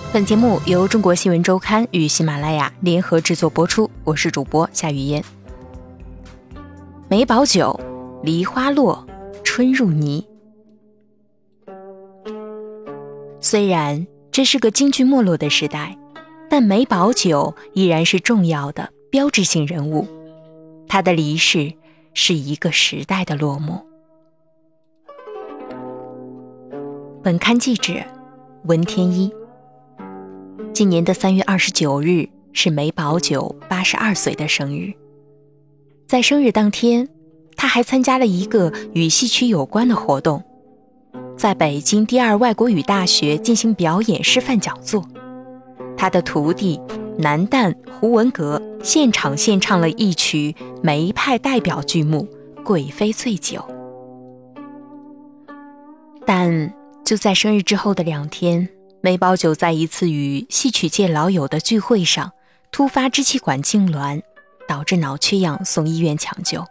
本节目由中国新闻周刊与喜马拉雅联合制作播出，我是主播夏雨嫣。梅葆玖，梨花落，春入泥。虽然这是个京剧没落的时代，但梅葆玖依然是重要的标志性人物，他的离世是一个时代的落幕。本刊记者文天一。今年的3月29日是梅葆玖82岁的生日。在生日当天，他还参加了一个与戏曲有关的活动，在北京第二外国语大学进行表演示范讲座。他的徒弟南旦胡文阁现场献唱了一曲梅派代表剧目《贵妃醉酒》。但就在生日之后的2天，梅葆玖在一次与戏曲界老友的聚会上突发支气管痉挛，导致脑缺氧，送医院抢救。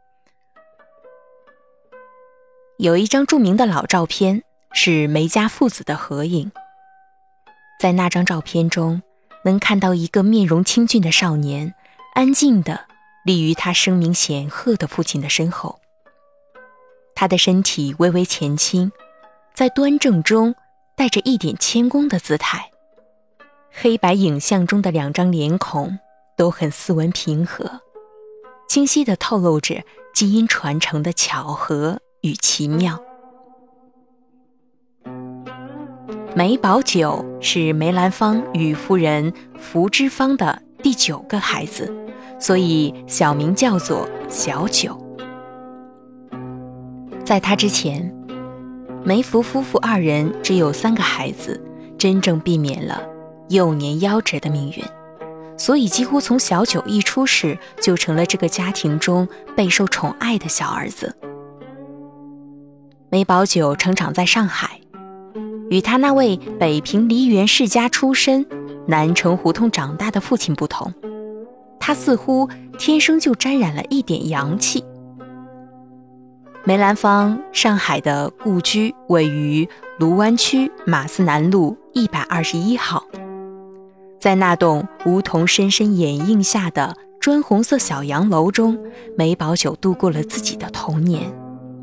有一张著名的老照片是梅家父子的合影，在那张照片中能看到一个面容清俊的少年安静地立于他声名显赫的父亲的身后，他的身体微微前倾，在端正中带着一点谦恭的姿态，黑白影像中的2张脸孔都很斯文平和，清晰地透露着基因传承的巧合与奇妙。梅葆玖是梅兰芳与夫人福芝芳的第9个孩子，所以小名叫做小九。在他之前，梅福夫妇2人只有3个孩子，真正避免了幼年夭折的命运，所以几乎从小九一出世就成了这个家庭中备受宠爱的小儿子。梅葆玖成长在上海，与他那位北平梨园世家出身、南城胡同长大的父亲不同，他似乎天生就沾染了一点洋气。梅兰芳上海的故居位于卢湾区马思南路121号，在那栋梧桐深深掩映下的砖红色小洋楼中，梅葆玖度过了自己的童年。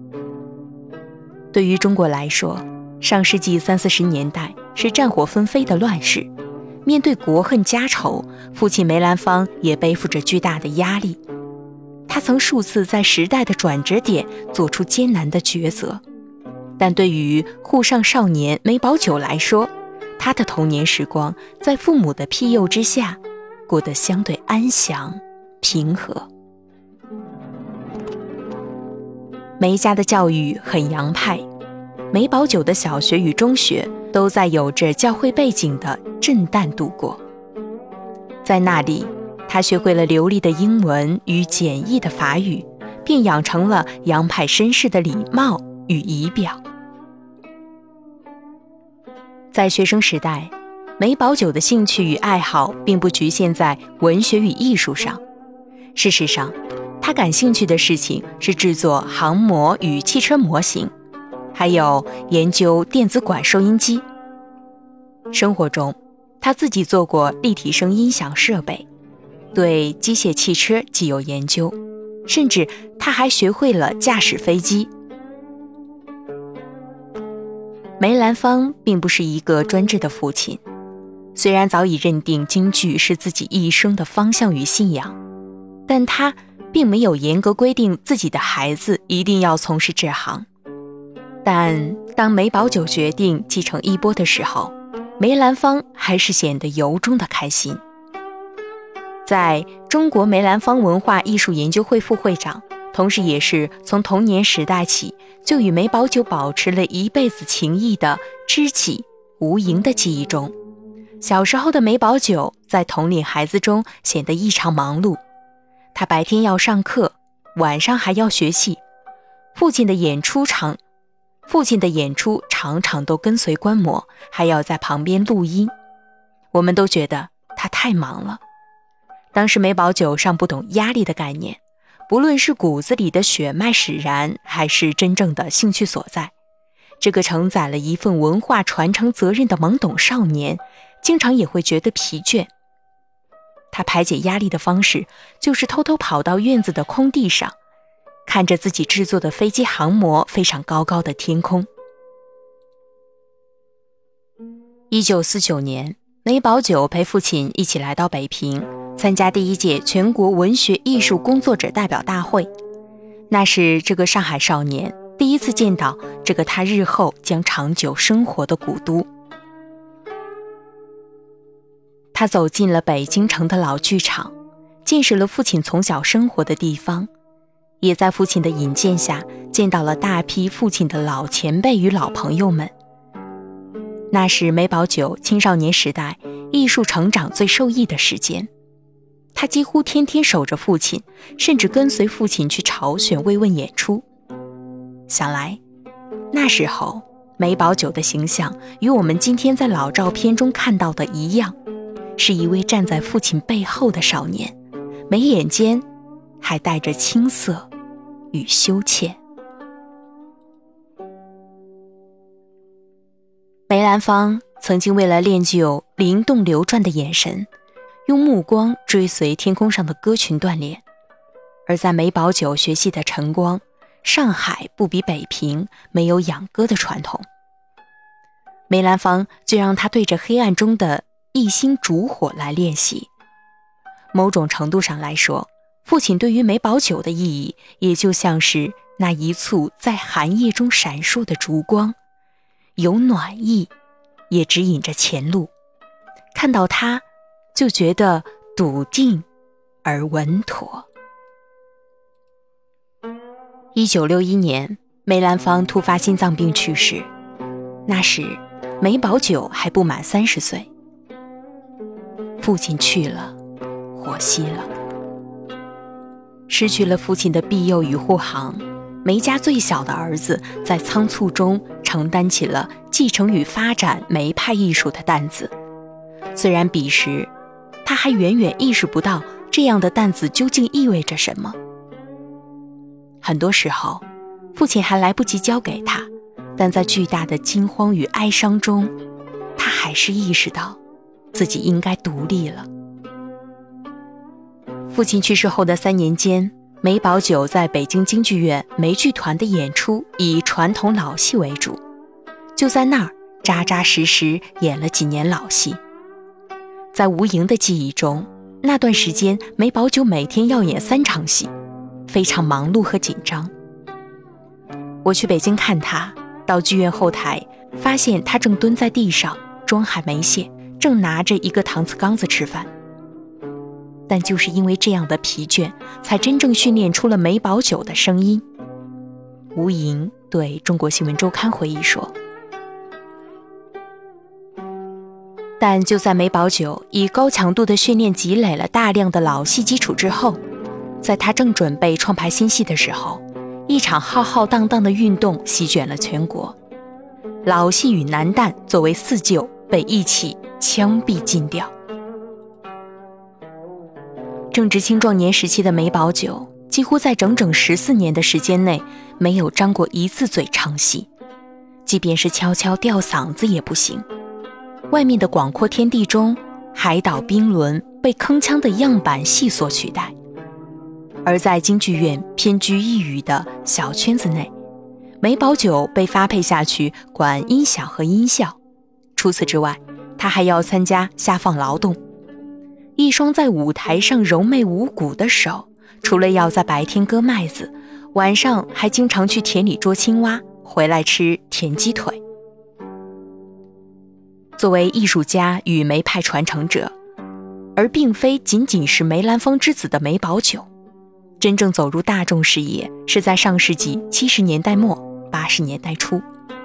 对于中国来说，上世纪30-40年代是战火纷飞的乱世，面对国恨家仇，父亲梅兰芳也背负着巨大的压力。他曾数次在时代的转折点做出艰难的抉择，但对于沪上少年梅葆玖来说，他的童年时光在父母的庇佑之下过得相对安详平和。梅家的教育很洋派，梅葆玖的小学与中学都在有着教会背景的震旦度过，在那里他学会了流利的英文与简易的法语，并养成了洋派绅士的礼貌与仪表。在学生时代，梅葆玖的兴趣与爱好并不局限在文学与艺术上。事实上，他感兴趣的事情是制作航模与汽车模型，还有研究电子管收音机。生活中，他自己做过立体声音响设备，对机械汽车极有研究，甚至他还学会了驾驶飞机。梅兰芳并不是一个专制的父亲，虽然早已认定京剧是自己一生的方向与信仰，但他并没有严格规定自己的孩子一定要从事这行。但当梅葆玖决定继承衣钵的时候，梅兰芳还是显得由衷的开心。在中国梅兰芳文化艺术研究会副会长，同时也是从童年时代起就与梅葆玖保持了一辈子情谊的知己吴莹的记忆中，小时候的梅葆玖在统领孩子中显得异常忙碌。他白天要上课，晚上还要学戏，父亲的演出常常都跟随观摩，还要在旁边录音。我们都觉得他太忙了。当时梅葆玖尚不懂压力的概念，不论是骨子里的血脉使然，还是真正的兴趣所在，这个承载了一份文化传承责任的懵懂少年， 经常也会觉得疲倦。他排解压力的方式就是偷偷跑到院子的空地上，看着自己制作的飞机航模飞上高高的天空。1949年，梅葆玖陪父亲一起来到北平，参加第1届全国文学艺术工作者代表大会。那是这个上海少年第一次见到这个他日后将长久生活的古都。他走进了北京城的老剧场，见识了父亲从小生活的地方，也在父亲的引荐下见到了大批父亲的老前辈与老朋友们。那是梅葆玖青少年时代艺术成长最受益的时间，他几乎天天守着父亲，甚至跟随父亲去朝选慰问演出。想来那时候梅葆玖的形象与我们今天在老照片中看到的一样，是一位站在父亲背后的少年，眉眼间还带着青涩与羞怯。梅兰芳曾经为了练就灵动流转的眼神，用目光追随天空上的歌群锻炼。而在梅葆玖学习的晨光，上海不比北平没有养歌的传统。梅兰芳就让他对着黑暗中的一星烛火来练习。某种程度上来说，父亲对于梅葆玖的意义也就像是那一簇在寒夜中闪烁的烛光，有暖意，也指引着前路。看到它，就觉得笃定而稳妥。1961年，梅兰芳突发心脏病去世，那时梅葆玖还不满30岁。父亲去了，火熄了。失去了父亲的庇佑与护航，梅家最小的儿子在仓促中承担起了继承与发展梅派艺术的担子。虽然彼时他还远远意识不到这样的担子究竟意味着什么。很多时候父亲还来不及交给他，但在巨大的惊慌与哀伤中，他还是意识到自己应该独立了。父亲去世后的3年间，梅葆玖在北京京剧院梅剧团的演出以传统老戏为主，就在那儿扎扎实实演了几年老戏。在吴莹的记忆中，那段时间梅葆玖每天要演3场戏，非常忙碌和紧张。我去北京看他，到剧院后台发现他正蹲在地上，妆还没卸，正拿着一个搪瓷缸子吃饭。但就是因为这样的疲倦，才真正训练出了梅葆玖的声音。吴莹对中国新闻周刊回忆说，但就在梅葆玖以高强度的训练积累了大量的老戏基础之后，在他正准备创排新戏的时候，一场浩浩荡荡的运动席卷了全国，老戏与男旦作为四旧被一起枪毙禁掉。正值青壮年时期的梅葆玖，几乎在整整14年的时间内没有张过一次嘴唱戏，即便是悄悄吊嗓子也不行。外面的广阔天地中，海岛冰轮被铿锵的样板戏所取代，而在京剧院偏居一隅的小圈子内，梅葆玖被发配下去管音响和音效。除此之外，他还要参加下放劳动。一双在舞台上柔媚无骨的手，除了要在白天割麦子，晚上还经常去田里捉青蛙，回来吃田鸡腿。作为艺术家与梅派传承者，而并非仅仅是梅兰芳之子的梅葆玖，真正走入大众视野是在上世纪70年代末80年代初。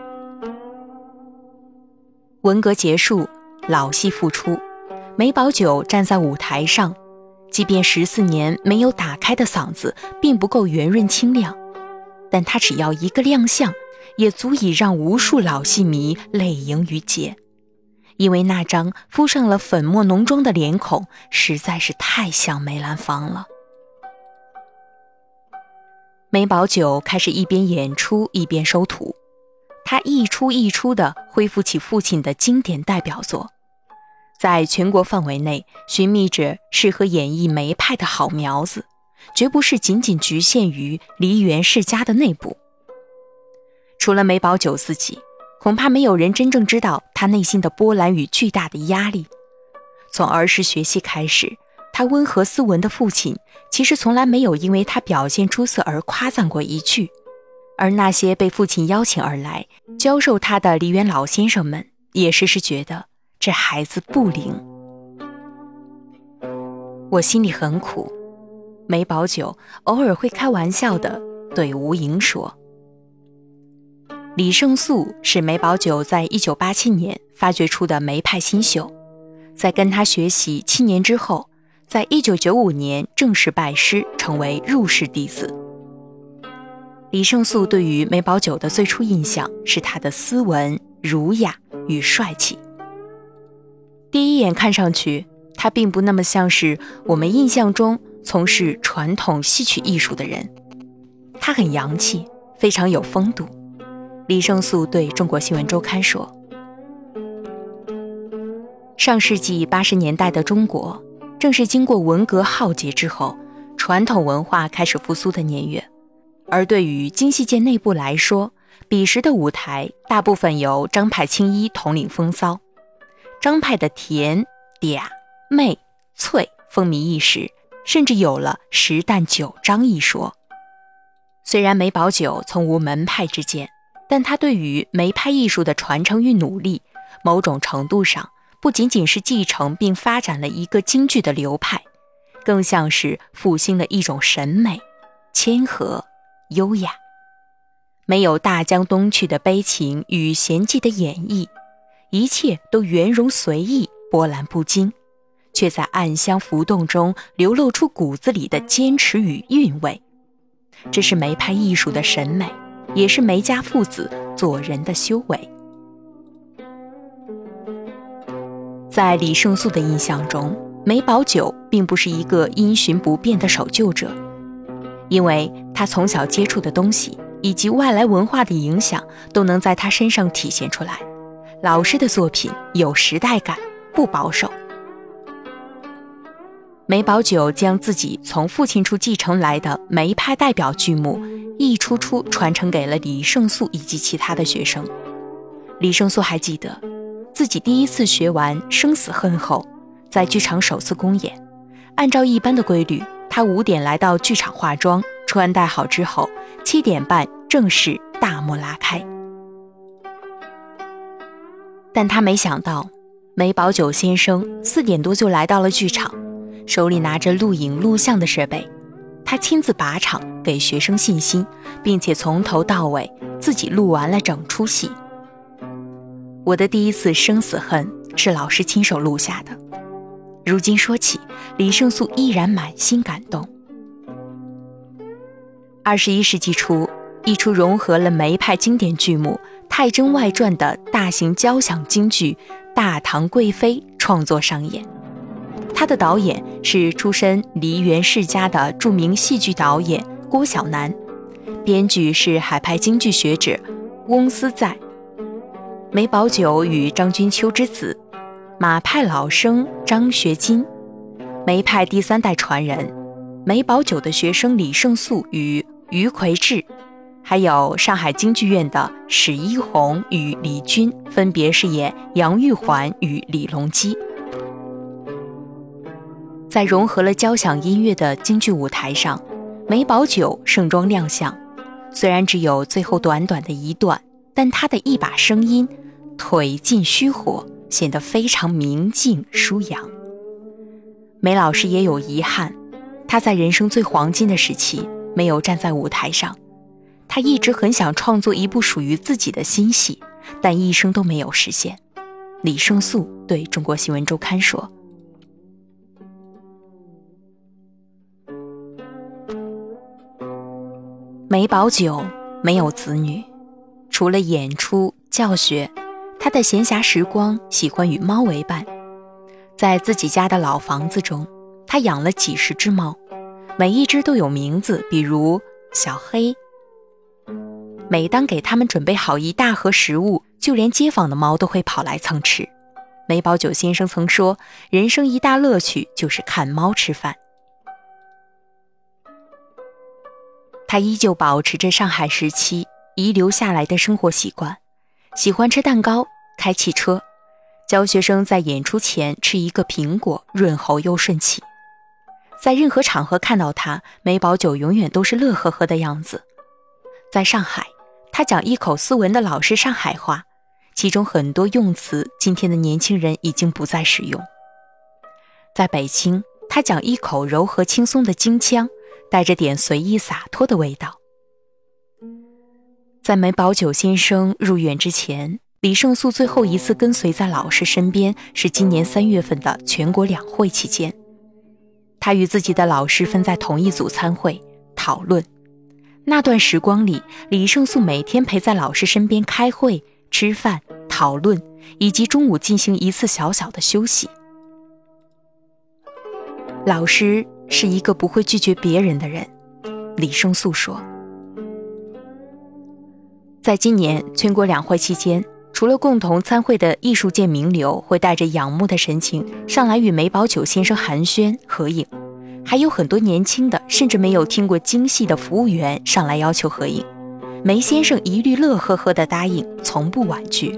文革结束，老戏复出，梅葆玖站在舞台上，即便14年没有打开的嗓子并不够圆润清亮，但他只要一个亮相，也足以让无数老戏迷泪盈于睫。因为那张敷上了粉末浓妆的脸孔实在是太像梅兰芳了。梅葆玖开始一边演出一边收徒，他一出一出地恢复起父亲的经典代表作。 在全国范围内寻觅着适合演绎梅派的好苗子，绝不是仅仅局限于梨园世家的内部。除了梅葆玖自己，恐怕没有人真正知道他内心的波澜与巨大的压力。从儿时学习开始，他温和斯文的父亲其实从来没有因为他表现出色而夸赞过一句，而那些被父亲邀请而来教授他的梨园老先生们也时时觉得这孩子不灵。我心里很苦，梅葆玖偶尔会开玩笑地对吴莹说。李胜素是梅葆玖在1987年发掘出的梅派新秀，在跟他学习7年之后，在1995年正式拜师，成为入室弟子。李胜素对于梅葆玖的最初印象是他的斯文、儒雅与帅气。第一眼看上去，他并不那么像是我们印象中从事传统戏曲艺术的人，他很洋气，非常有风度。李胜素对中国新闻周刊说，上世纪80年代的中国正是经过文革浩劫之后，传统文化开始复苏的年月，而对于京戏界内部来说，彼时的舞台大部分由张派青衣统领风骚。张派的甜、嗲、媚、翠风靡一时，甚至有了10旦9张一说。虽然梅葆玖从无门派之见，但他对于梅派艺术的传承与努力，某种程度上不仅仅是继承并发展了一个京剧的流派，更像是复兴了一种审美，谦和优雅，没有大江东去的悲情与闲寂的演绎，一切都圆融随意，波澜不惊，却在暗香浮动中流露出骨子里的坚持与韵味。这是梅派艺术的审美，也是梅家父子做人的修为。在李胜素的印象中，梅葆玖并不是一个因循不变的守旧者，因为他从小接触的东西以及外来文化的影响都能在他身上体现出来。老师的作品有时代感，不保守。梅葆玖将自己从父亲处继承来的梅派代表剧目一出出传承给了李胜素以及其他的学生。李胜素还记得自己第一次学完《生死恨》后，在剧场首次公演，按照一般的规律，他5点来到剧场化妆，穿戴好之后7点半正式大幕拉开。但他没想到，梅葆玖先生4点多就来到了剧场，手里拿着录影录像的设备，他亲自把场，给学生信心，并且从头到尾自己录完了整出戏。我的第一次生死恨是老师亲手录下的，如今说起，李胜素依然满心感动。21世纪初，一出融合了梅派经典剧目《太真外传》的大型交响京剧《大唐贵妃》创作上演。他的导演是出身梨园世家的著名戏剧导演郭晓楠，编剧是海派京剧学者翁思在。梅葆玖与张君秋之子，马派老生张学金，梅派第3代传人梅葆玖的学生李胜素与于魁智，还有上海京剧院的史一红与李军，分别饰演杨玉环与李隆基。在融合了交响音乐的京剧舞台上，梅葆玖盛装亮相，虽然只有最后短短的一段，但他的一把声音腿尽虚火，显得非常明净舒扬。梅老师也有遗憾，他在人生最黄金的时期没有站在舞台上，他一直很想创作一部属于自己的新戏，但一生都没有实现。李胜素对中国新闻周刊说，梅葆玖没有子女，除了演出教学，他的闲暇时光喜欢与猫为伴。在自己家的老房子中，他养了几10只猫，每一只都有名字，比如小黑。每当给他们准备好一大盒食物，就连街坊的猫都会跑来蹭吃。 梅葆玖先生曾说，人生一大乐趣就是看猫吃饭。他依旧保持着上海时期遗留下来的生活习惯，喜欢吃蛋糕，开汽车，教学生在演出前吃一个苹果，润喉又顺气。在任何场合看到他，梅葆玖永远都是乐呵呵的样子。在上海，他讲一口斯文的老式上海话，其中很多用词今天的年轻人已经不再使用。在北京，他讲一口柔和轻松的京腔，带着点随意洒脱的味道。在梅葆玖先生入院之前，李胜素最后一次跟随在老师身边是今年3月份的全国两会期间。他与自己的老师分在同一组参会讨论，那段时光里，李胜素每天陪在老师身边开会、吃饭、讨论，以及中午进行一次小小的休息。老师是一个不会拒绝别人的人，李胜素说。在今年全国两会期间，除了共同参会的艺术界名流会带着仰慕的神情上来与梅葆玖先生寒暄合影，还有很多年轻的甚至没有听过京戏的服务员上来要求合影，梅先生一律乐呵呵地答应，从不婉拒。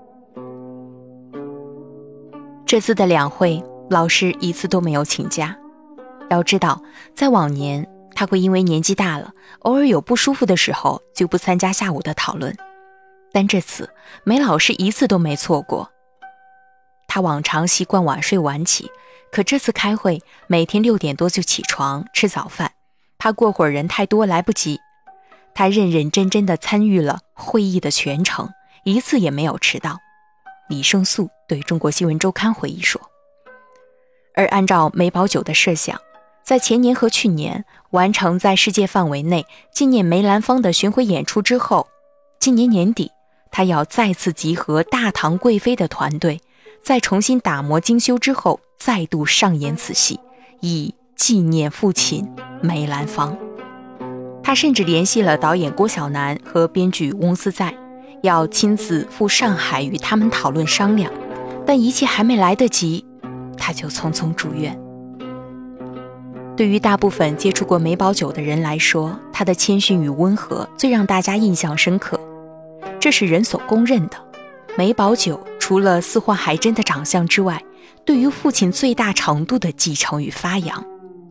这次的两会，老师一次都没有请假。要知道，在往年他会因为年纪大了，偶尔有不舒服的时候就不参加下午的讨论，但这次梅老师一次都没错过。他往常习惯晚睡晚起，可这次开会每天6点多就起床吃早饭，怕过会儿人太多来不及。他认认真真地参与了会议的全程，一次也没有迟到。李胜素对中国新闻周刊回忆说。而按照梅葆玖的设想，在前年和去年完成在世界范围内纪念梅兰芳的巡回演出之后，今年年底他要再次集合大唐贵妃的团队，在重新打磨精修之后再度上演此戏，以纪念父亲梅兰芳。他甚至联系了导演郭晓楠和编剧翁思在，要亲自赴上海与他们讨论商量，但一切还没来得及，他就匆匆住院。对于大部分接触过梅葆玖的人来说，他的谦逊与温和最让大家印象深刻，这是人所公认的。梅葆玖除了似幻还真的长相之外，对于父亲最大程度的继承与发扬。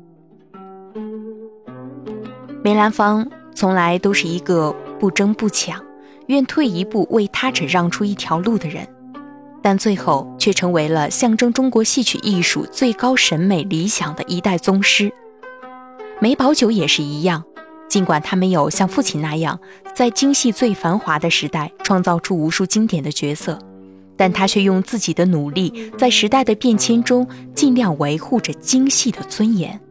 梅兰芳从来都是一个不争不抢，愿退一步为他者让出一条路的人，但最后却成为了象征中国戏曲艺术最高审美理想的一代宗师。梅葆玖也是一样，尽管他没有像父亲那样在京戏最繁华的时代创造出无数经典的角色，但他却用自己的努力在时代的变迁中尽量维护着京戏的尊严。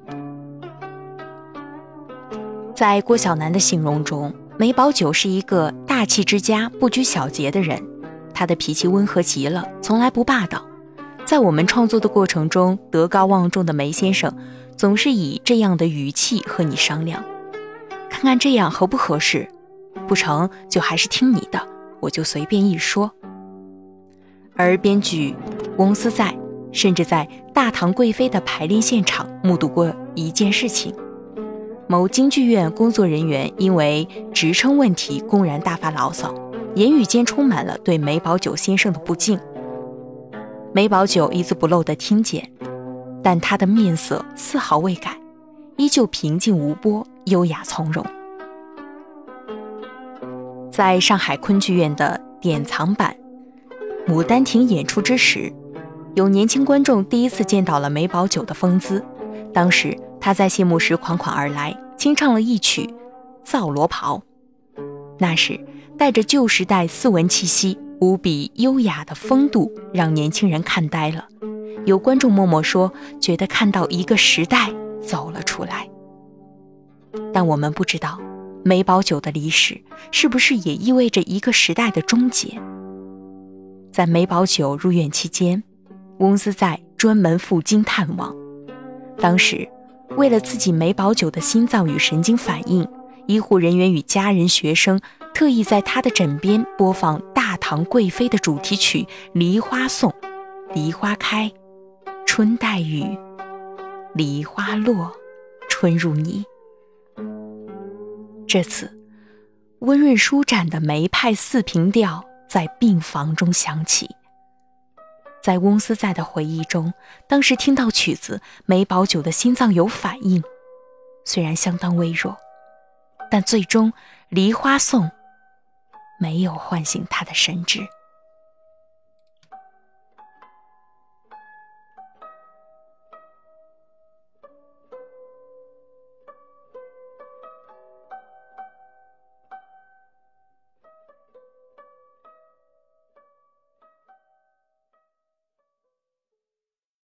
在郭晓楠的形容中，梅葆玖是一个大气之家，不拘小节的人，他的脾气温和极了，从来不霸道。在我们创作的过程中，德高望重的梅先生总是以这样的语气和你商量，看看这样合不合适，不成就还是听你的，我就随便一说。而编剧翁思在甚至在大唐贵妃的排练现场目睹过一件事情，某京剧院工作人员因为职称问题公然大发牢骚，言语间充满了对梅葆玖先生的不敬。梅葆玖一字不漏地听见，但他的面色丝毫未改，依旧平静无波，优雅从容。在上海昆剧院的典藏版《牡丹亭》演出之时，有年轻观众第一次见到了梅葆玖的风姿。当时他在谢幕时款款而来，清唱了一曲《皂罗袍》，那时带着旧时代斯文气息，无比优雅的风度让年轻人看呆了。有观众默默说，觉得看到一个时代走了出来。但我们不知道，梅葆玖的离世是不是也意味着一个时代的终结。在梅葆玖入院期间，翁思在专门赴京探望。当时为了刺激梅葆玖的心脏与神经反应，医护人员与家人学生特意在他的枕边播放大唐贵妃的主题曲《梨花颂》， 梨花开，春带雨，梨花落，春入泥。这次温润舒展的梅派四平调在病房中响起。在翁思在的回忆中，当时听到曲子，梅葆玖的心脏有反应，虽然相当微弱，但最终梨花颂没有唤醒他的神智。